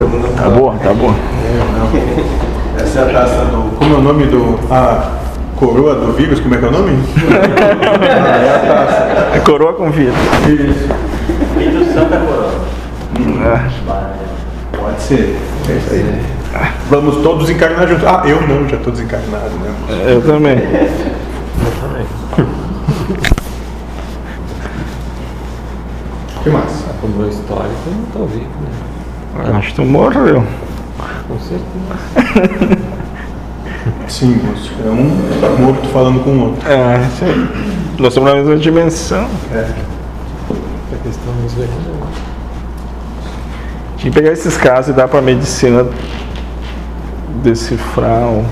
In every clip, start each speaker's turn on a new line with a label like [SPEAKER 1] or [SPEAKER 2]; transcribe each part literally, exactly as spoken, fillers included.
[SPEAKER 1] Tá boa, tá boa.
[SPEAKER 2] Essa é a taça do... Como é o nome do... A coroa do vírus, como é que é o nome? Ah, é a taça.
[SPEAKER 1] É coroa com vírus.
[SPEAKER 2] Isso.
[SPEAKER 3] Filho Santa Coroa.
[SPEAKER 2] Hum. Pode ser. É isso aí. Vamos todos encarnar juntos. Ah, eu não, já estou desencarnado, né?
[SPEAKER 1] Eu também.
[SPEAKER 3] Eu também.
[SPEAKER 2] O que mais?
[SPEAKER 3] O meu histórico eu não tô vivo, né?
[SPEAKER 1] Acho que tu morreu.
[SPEAKER 3] Com certeza.
[SPEAKER 2] Sim, moço. É um morto falando com o outro.
[SPEAKER 1] É, isso aí. Nós estamos na mesma dimensão.
[SPEAKER 2] É.
[SPEAKER 3] A questão é isso aí.
[SPEAKER 1] Tinha que pegar esses casos e dar pra medicina decifrar o...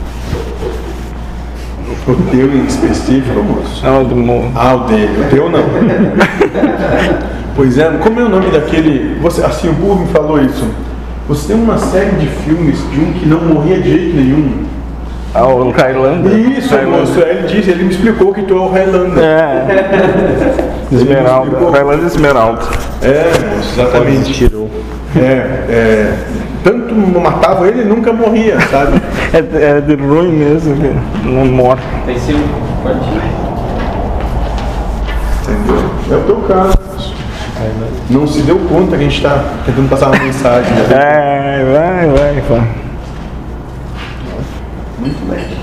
[SPEAKER 2] O teu em específico, moço?
[SPEAKER 1] Não, do mundo.
[SPEAKER 2] Ah, o dele. O teu não. Pois é, como é o nome daquele... Você, assim, o burro me falou isso. Você tem uma série de filmes de um que não morria de jeito nenhum.
[SPEAKER 1] Ah, o Highlander.
[SPEAKER 2] Isso, moço. Ele disse, ele me explicou que tu é o Highlander.
[SPEAKER 1] É. Esmeralda. Highlander Esmeralda.
[SPEAKER 2] É, moço, exatamente.
[SPEAKER 1] Tirou.
[SPEAKER 2] É, é, tanto matava ele, nunca morria, sabe?
[SPEAKER 1] É, é de ruim mesmo, que não morre.
[SPEAKER 3] Tem cinco quartinhos.
[SPEAKER 2] Entendeu? É o teu caso. Não se deu conta que a gente está tentando passar uma mensagem. Né?
[SPEAKER 1] É, vai, vai, vai.
[SPEAKER 2] Muito bem.